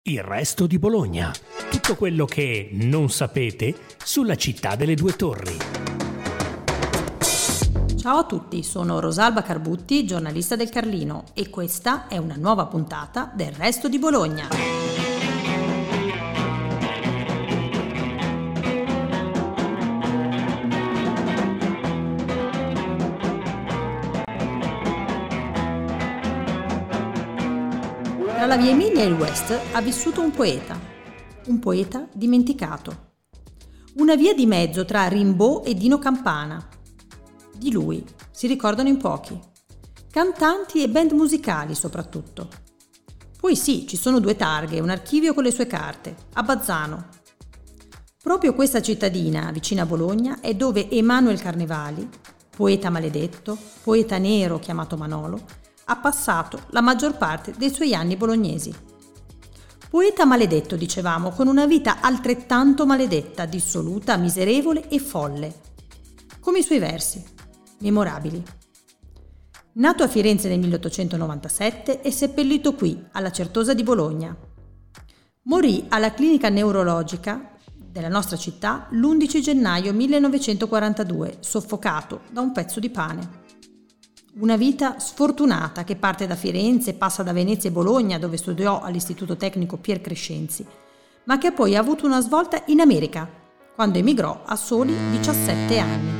Il resto di Bologna. Tutto quello che non sapete sulla città delle due torri. Ciao a tutti, sono Rosalba Carbutti, giornalista del Carlino, e questa è una nuova puntata del Resto di Bologna. Tra la via Emilia e il West ha vissuto un poeta dimenticato. Una via di mezzo tra Rimbaud e Dino Campana. Di lui si ricordano in pochi, cantanti e band musicali soprattutto. Poi sì, ci sono 2 targhe e un archivio con le sue carte, a Bazzano. Proprio questa cittadina, vicina a Bologna, è dove Emanuel Carnevali, poeta maledetto, poeta nero chiamato Manolo, ha passato la maggior parte dei suoi anni bolognesi. Poeta maledetto, dicevamo, con una vita altrettanto maledetta, dissoluta, miserevole e folle. Come i suoi versi, memorabili. Nato a Firenze nel 1897 e seppellito qui, alla Certosa di Bologna. Morì alla clinica neurologica della nostra città l'11 gennaio 1942, soffocato da un pezzo di pane. Una vita sfortunata che parte da Firenze, passa da Venezia e Bologna, dove studiò all'Istituto Tecnico Pier Crescenzi, ma che poi ha avuto una svolta in America, quando emigrò a soli 17 anni.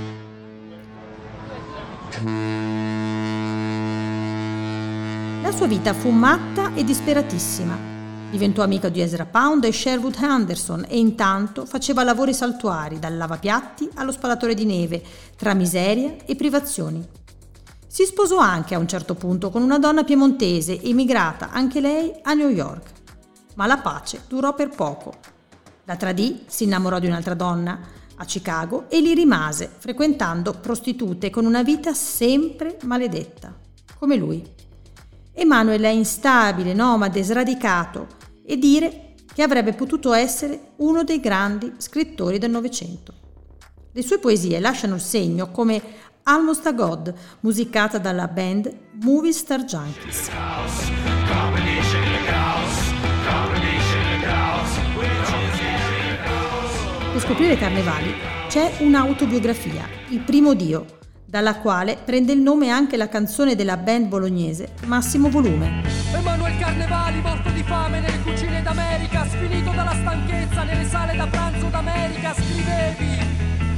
La sua vita fu matta e disperatissima. Diventò amico di Ezra Pound e Sherwood Anderson e intanto faceva lavori saltuari, dal lavapiatti allo spalatore di neve, tra miseria e privazioni. Si sposò anche a un certo punto con una donna piemontese, emigrata anche lei a New York. Ma la pace durò per poco. La tradì, si innamorò di un'altra donna a Chicago e lì rimase, frequentando prostitute con una vita sempre maledetta, come lui. Emanuel è instabile, nomade, sradicato, e dire che avrebbe potuto essere uno dei grandi scrittori del Novecento. Le sue poesie lasciano il segno come Almost a God, musicata dalla band Movie Star Junkies. Per scoprire Carnevali c'è un'autobiografia, Il primo Dio, dalla quale prende il nome anche la canzone della band bolognese Massimo Volume. Emanuel Carnevali, morto di fame nelle cucine d'America, sfinito dalla stanchezza nelle sale da pranzo d'America, scrivevi.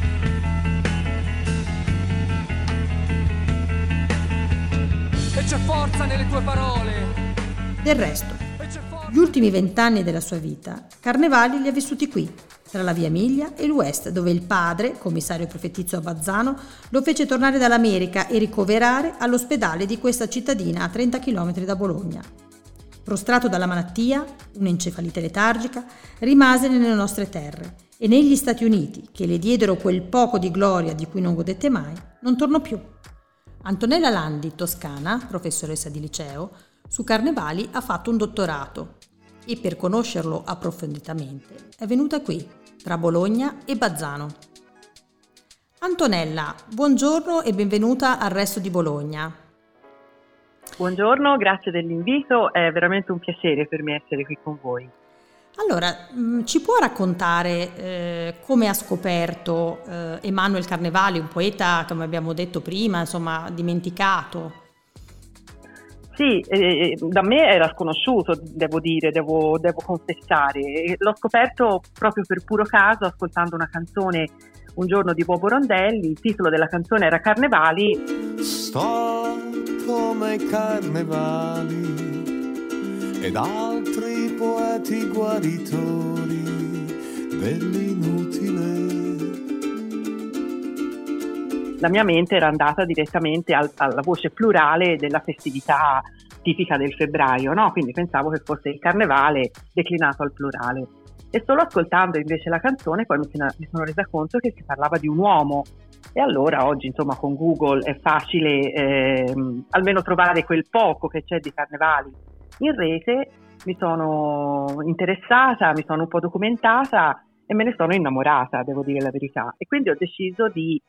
E c'è forza nelle tue parole. Del resto, gli ultimi 20 anni della sua vita, Carnevali li ha vissuti qui, tra la via Emilia e il West, dove il padre, commissario prefettizio a Bazzano, lo fece tornare dall'America e ricoverare all'ospedale di questa cittadina a 30 km da Bologna. Prostrato dalla malattia, un'encefalite letargica, rimase nelle nostre terre e negli Stati Uniti, che le diedero quel poco di gloria di cui non godette mai, non tornò più. Antonella Landi, toscana, professoressa di liceo, su Carnevali ha fatto un dottorato e per conoscerlo approfonditamente è venuta qui, tra Bologna e Bazzano. Antonella, buongiorno e benvenuta al Resto di Bologna. Buongiorno, grazie dell'invito, è veramente un piacere per me essere qui con voi. Allora, ci può raccontare come ha scoperto Emanuel Carnevali, un poeta, come abbiamo detto prima, insomma, dimenticato? Sì, da me era sconosciuto, devo dire, devo confessare. L'ho scoperto proprio per puro caso ascoltando una canzone un giorno di Bobo Rondelli. Il titolo della canzone era Carnevali. Sto come i carnevali ed altri poeti guaritori dell'inutile. La mia mente era andata direttamente alla voce plurale della festività tipica del febbraio, no? Quindi pensavo che fosse il carnevale declinato al plurale. E solo ascoltando invece la canzone poi mi sono resa conto che si parlava di un uomo. E allora oggi, insomma, con Google è facile almeno trovare quel poco che c'è di Carnevali in rete. Mi sono interessata, mi sono un po' documentata e me ne sono innamorata, devo dire la verità. E quindi ho deciso di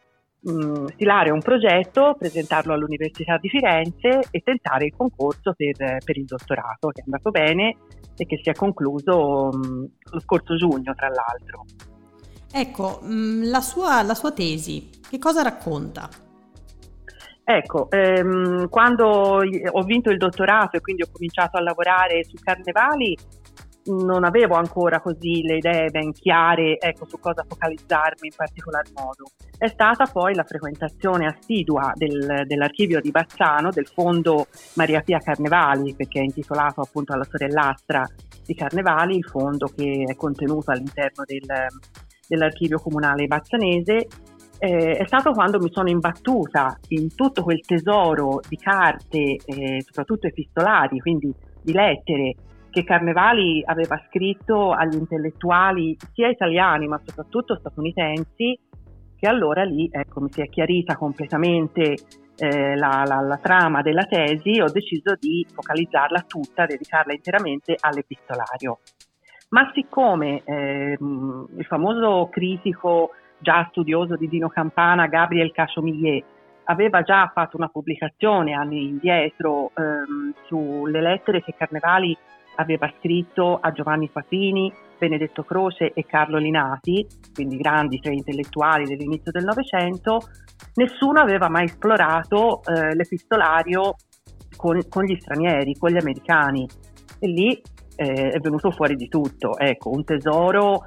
stilare un progetto, presentarlo all'Università di Firenze e tentare il concorso per il dottorato, che è andato bene e che si è concluso lo scorso giugno, tra l'altro. Ecco, la sua tesi, che cosa racconta? Ecco, quando ho vinto il dottorato e quindi ho cominciato a lavorare su carnevali, non avevo ancora così le idee ben chiare, ecco, su cosa focalizzarmi in particolar modo. È stata poi la frequentazione assidua dell'archivio di Bazzano, del fondo Maria Pia Carnevali, perché è intitolato appunto alla sorellastra di Carnevali, il fondo che è contenuto all'interno dell'archivio comunale bazzanese. È stato quando mi sono imbattuta in tutto quel tesoro di carte, soprattutto epistolari, quindi di lettere, che Carnevali aveva scritto agli intellettuali sia italiani ma soprattutto statunitensi, che allora lì, ecco, mi si è chiarita completamente la trama della tesi. Ho deciso di focalizzarla tutta, dedicarla interamente all'epistolario. Ma siccome il famoso critico già studioso di Dino Campana, Gabriel Cachomillet, aveva già fatto una pubblicazione anni indietro sulle lettere che Carnevali aveva scritto a Giovanni Papini, Benedetto Croce e Carlo Linati, quindi grandi tre intellettuali dell'inizio del Novecento, nessuno aveva mai esplorato l'epistolario con gli stranieri, con gli americani, e lì è venuto fuori di tutto, ecco, un tesoro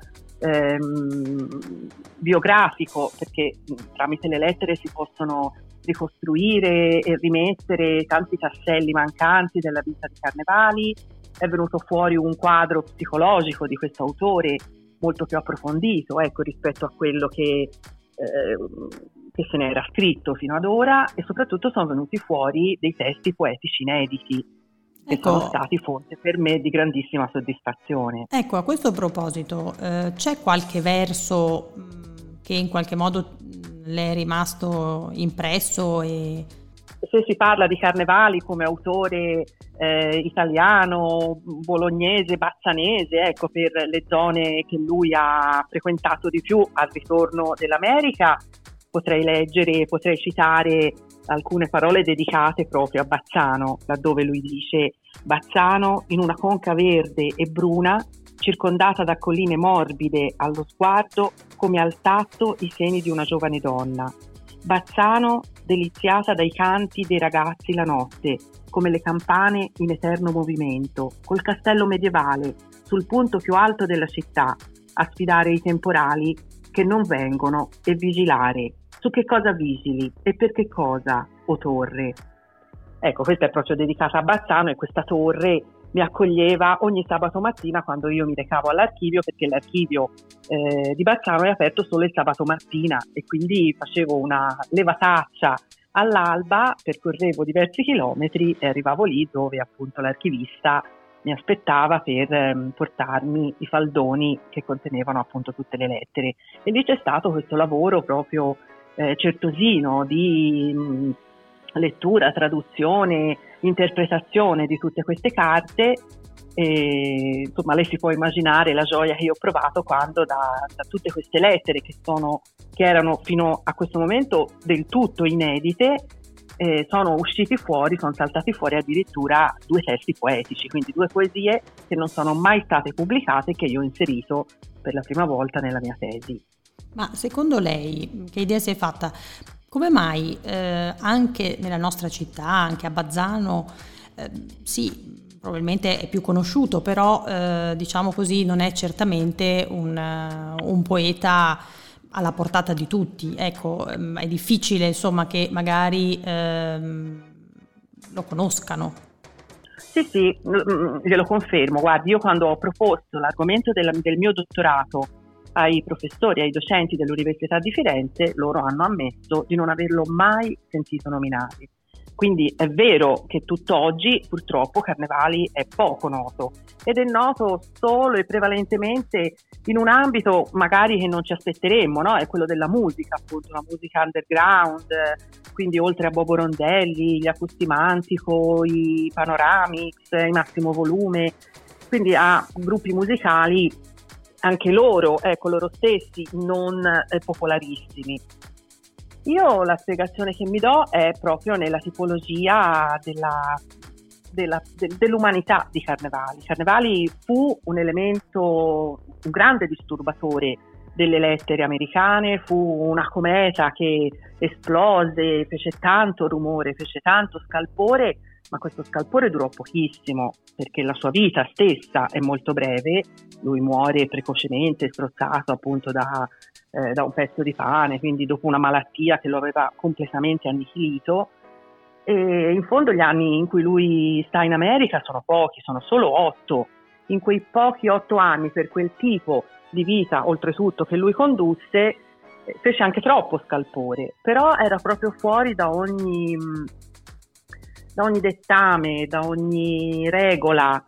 biografico, perché tramite le lettere si possono ricostruire e rimettere tanti tasselli mancanti della vita di Carnevali. È venuto fuori un quadro psicologico di questo autore molto più approfondito, ecco, rispetto a quello che se ne era scritto fino ad ora, e soprattutto sono venuti fuori dei testi poetici inediti, che sono stati fonte per me di grandissima soddisfazione. Ecco, a questo proposito, c'è qualche verso che in qualche modo le è rimasto impresso? E se si parla di Carnevali come autore italiano, bolognese, bazzanese, ecco, per le zone che lui ha frequentato di più al ritorno dell'America, potrei citare alcune parole dedicate proprio a Bazzano, laddove lui dice: Bazzano, in una conca verde e bruna, circondata da colline morbide allo sguardo, come al tatto i seni di una giovane donna. Bazzano, deliziata dai canti dei ragazzi la notte, come le campane in eterno movimento, col castello medievale sul punto più alto della città, a sfidare i temporali che non vengono e vigilare. Su che cosa vigili e per che cosa, o torre? Ecco, questa è proprio dedicata a Bazzano, e questa torre mi accoglieva ogni sabato mattina quando io mi recavo all'archivio, perché l'archivio di Bazzano è aperto solo il sabato mattina, e quindi facevo una levataccia all'alba, percorrevo diversi chilometri e arrivavo lì dove appunto l'archivista mi aspettava per portarmi i faldoni che contenevano appunto tutte le lettere. E lì c'è stato questo lavoro proprio certosino di lettura, traduzione, interpretazione di tutte queste carte, e insomma lei si può immaginare la gioia che io ho provato quando da tutte queste lettere che erano fino a questo momento del tutto inedite, sono saltati fuori addirittura 2 testi poetici, quindi 2 poesie che non sono mai state pubblicate e che io ho inserito per la prima volta nella mia tesi. Ma secondo lei, che idea si è fatta? Come mai anche nella nostra città, anche a Bazzano, sì, probabilmente è più conosciuto, però diciamo così non è certamente un poeta alla portata di tutti, ecco, è difficile insomma che magari lo conoscano. Sì, glielo confermo. Guardi, io quando ho proposto l'argomento del mio dottorato ai professori, ai docenti dell'Università di Firenze, loro hanno ammesso di non averlo mai sentito nominare. Quindi è vero che tutt'oggi purtroppo Carnevali è poco noto, ed è noto solo e prevalentemente in un ambito magari che non ci aspetteremmo, no? È quello della musica, appunto, la musica underground, quindi oltre a Bobo Rondelli, gli Acustimantico, i Panoramix, i Massimo Volume, quindi a gruppi musicali anche loro, ecco, loro stessi non popolarissimi. Io la spiegazione che mi do è proprio nella tipologia dell'umanità di Carnevali. Carnevali fu un elemento, un grande disturbatore delle lettere americane, fu una cometa che esplose, fece tanto rumore, fece tanto scalpore, ma questo scalpore durò pochissimo perché la sua vita stessa è molto breve. Lui muore precocemente, strozzato appunto da un pezzo di pane, quindi dopo una malattia che lo aveva completamente annichilito. E in fondo gli anni in cui lui sta in America sono pochi, sono solo 8. In quei pochi 8 anni, per quel tipo di vita oltretutto che lui condusse, fece anche troppo scalpore, però era proprio fuori da ogni dettame, da ogni regola,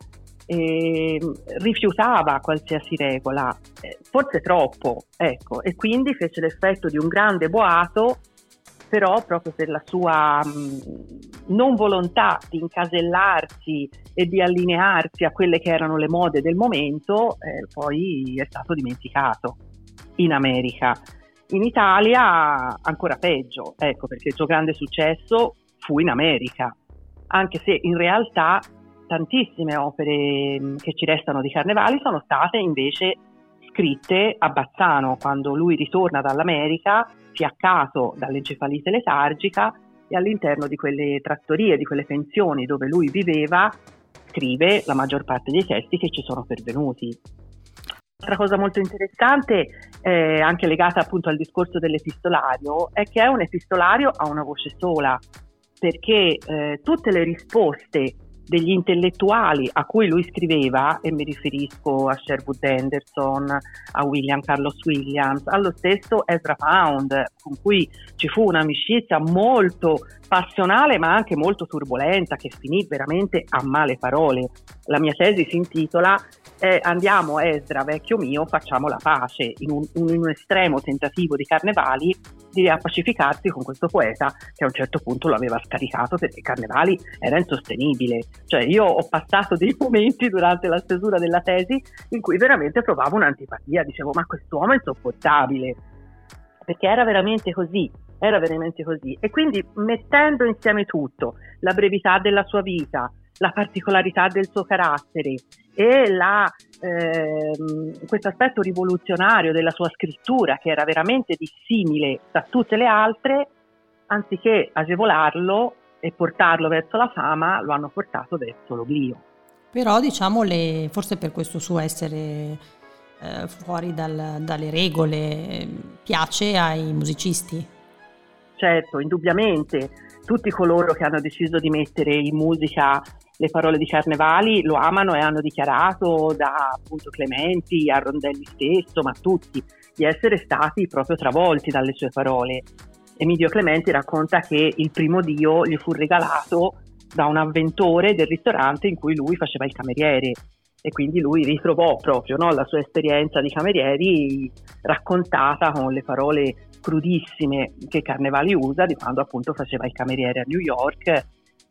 rifiutava qualsiasi regola, forse troppo, ecco, e quindi fece l'effetto di un grande boato, però proprio per la sua non volontà di incasellarsi e di allinearsi a quelle che erano le mode del momento, poi è stato dimenticato in America. In Italia ancora peggio, ecco, perché il suo grande successo fu in America, anche se in realtà tantissime opere che ci restano di Carnevali sono state invece scritte a Bazzano, quando lui ritorna dall'America, fiaccato dall'encefalite letargica, e all'interno di quelle trattorie, di quelle pensioni dove lui viveva, scrive la maggior parte dei testi che ci sono pervenuti. Un'altra cosa molto interessante, anche legata appunto al discorso dell'epistolario, è che è un epistolario a una voce sola, perché tutte le risposte degli intellettuali a cui lui scriveva, e mi riferisco a Sherwood Anderson, a William Carlos Williams, allo stesso Ezra Pound, con cui ci fu un'amicizia molto passionale ma anche molto turbolenta, che finì veramente a male parole. La mia tesi si intitola Andiamo Ezra, vecchio mio, facciamo la pace, in un estremo tentativo di Carnevali di appacificarsi con questo poeta che a un certo punto lo aveva scaricato perché Carnevali era insostenibile. Cioè, io ho passato dei momenti durante la stesura della tesi in cui veramente provavo un'antipatia, dicevo ma quest'uomo è insopportabile, perché era veramente così. E quindi, mettendo insieme tutto, la brevità della sua vita, la particolarità del suo carattere e questo aspetto rivoluzionario della sua scrittura, che era veramente dissimile da tutte le altre, anziché agevolarlo e portarlo verso la fama, lo hanno portato verso l'oblio. Però diciamo, forse per questo suo essere fuori dalle regole, piace ai musicisti. Certo, indubbiamente, tutti coloro che hanno deciso di mettere in musica le parole di Carnevali lo amano e hanno dichiarato, da appunto Clementi a Rondelli stesso, ma tutti, di essere stati proprio travolti dalle sue parole. Emilio Clementi racconta che il primo Dio gli fu regalato da un avventore del ristorante in cui lui faceva il cameriere, e quindi lui ritrovò proprio, no, la sua esperienza di camerieri raccontata con le parole crudissime che Carnevali usa di quando appunto faceva il cameriere a New York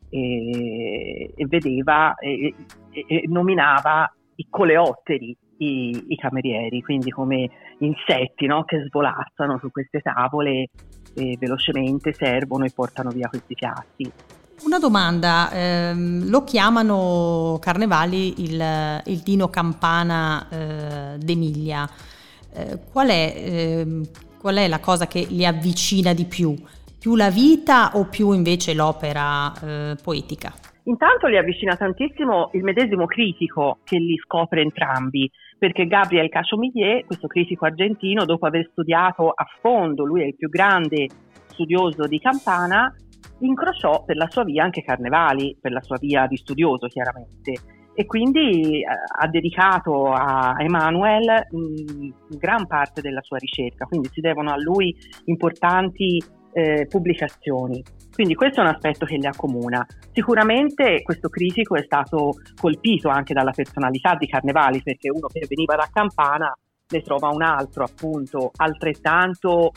e vedeva e nominava i coleotteri, i camerieri, quindi come insetti, no, che svolazzano su queste tavole e velocemente servono e portano via questi piatti. Una domanda, lo chiamano Carnevali il Dino Campana d'Emilia. Qual è la cosa che li avvicina di più? Più la vita o più invece l'opera poetica? Intanto li avvicina tantissimo il medesimo critico che li scopre entrambi, perché Gabriel Cachomillier, questo critico argentino, dopo aver studiato a fondo, lui è il più grande studioso di Campana, incrociò per la sua via anche Carnevali, per la sua via di studioso chiaramente, e quindi ha dedicato a Emmanuel gran parte della sua ricerca, quindi si devono a lui importanti pubblicazioni. Quindi questo è un aspetto che li accomuna. Sicuramente questo critico è stato colpito anche dalla personalità di Carnevali, perché uno che veniva da Campana ne trova un altro appunto altrettanto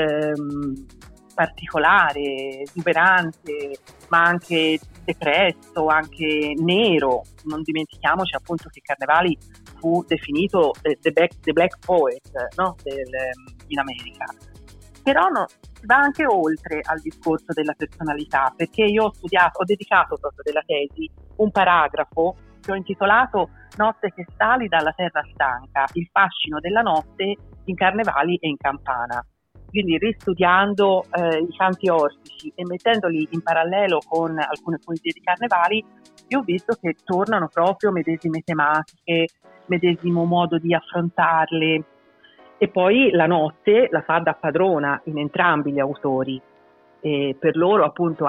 particolare, esuberante, ma anche depresso, anche nero. Non dimentichiamoci appunto che Carnevali fu definito the black poet, no? In America. Però va anche oltre al discorso della personalità, perché io ho dedicato proprio della tesi un paragrafo che ho intitolato Notte che sali dalla terra stanca, il fascino della notte in carnevali e in campana. Quindi ristudiando i canti orfici e mettendoli in parallelo con alcune poesie di carnevali, io ho visto che tornano proprio medesime tematiche, medesimo modo di affrontarle, e poi la notte la fa da padrona in entrambi gli autori. E per loro appunto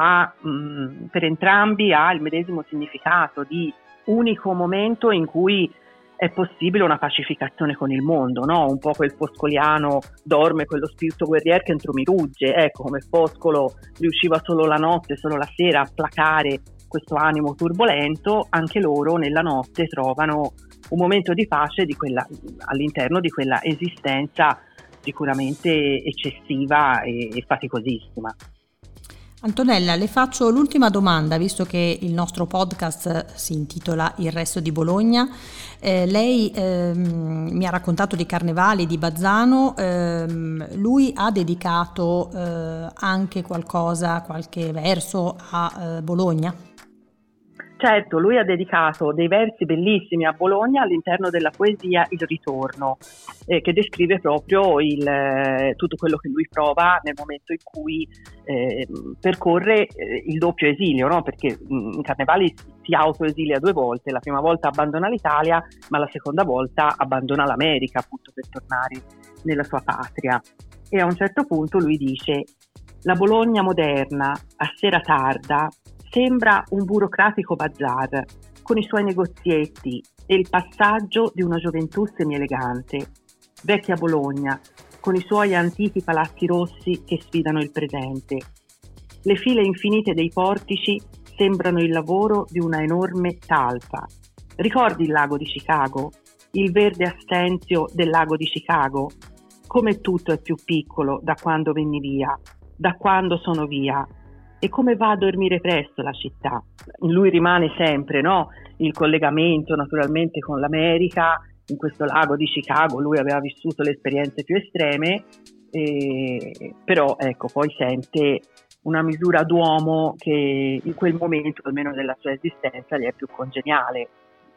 per entrambi ha il medesimo significato di unico momento in cui è possibile una pacificazione con il mondo, no? Un po' quel foscoliano dorme quello spirito guerriero che entro mi rugge, ecco, come Foscolo riusciva solo la notte, solo la sera a placare questo animo turbolento, anche loro nella notte trovano un momento di pace all'interno di quella esistenza sicuramente eccessiva e faticosissima. Antonella, le faccio l'ultima domanda, visto che il nostro podcast si intitola Il resto di Bologna. Lei mi ha raccontato di Carnevali, di Bazzano, lui ha dedicato anche qualche verso a Bologna? Certo, lui ha dedicato dei versi bellissimi a Bologna all'interno della poesia Il ritorno, che descrive proprio tutto quello che lui prova nel momento in cui percorre il doppio esilio, no? Perché in Carnevali si autoesilia 2 volte, la prima volta abbandona l'Italia, ma la seconda volta abbandona l'America appunto per tornare nella sua patria. E a un certo punto lui dice: la Bologna moderna, a sera tarda, sembra un burocratico bazar, con i suoi negozietti e il passaggio di una gioventù semielegante. Vecchia Bologna, con i suoi antichi palazzi rossi che sfidano il presente. Le file infinite dei portici sembrano il lavoro di una enorme talpa. Ricordi il lago di Chicago? Il verde astenzio del lago di Chicago? Come tutto è più piccolo da quando venni via, da quando sono via. E come va a dormire presto la città? In lui rimane sempre, no? Il collegamento naturalmente con l'America. In questo lago di Chicago lui aveva vissuto le esperienze più estreme, però ecco, poi sente una misura d'uomo che in quel momento, almeno della sua esistenza, gli è più congeniale.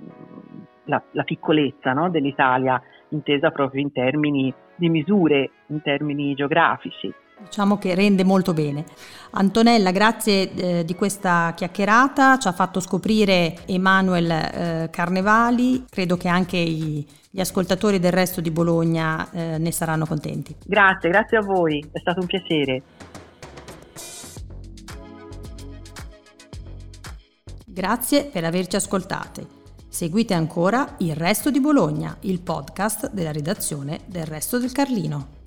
La piccolezza, no? Dell'Italia, intesa proprio in termini di misure, in termini geografici. Diciamo che rende molto bene. Antonella, grazie di questa chiacchierata, ci ha fatto scoprire Emanuel Carnevali, credo che anche gli ascoltatori del resto di Bologna ne saranno contenti. Grazie a voi, è stato un piacere. Grazie per averci ascoltati. Seguite ancora Il resto di Bologna, il podcast della redazione del Resto del Carlino.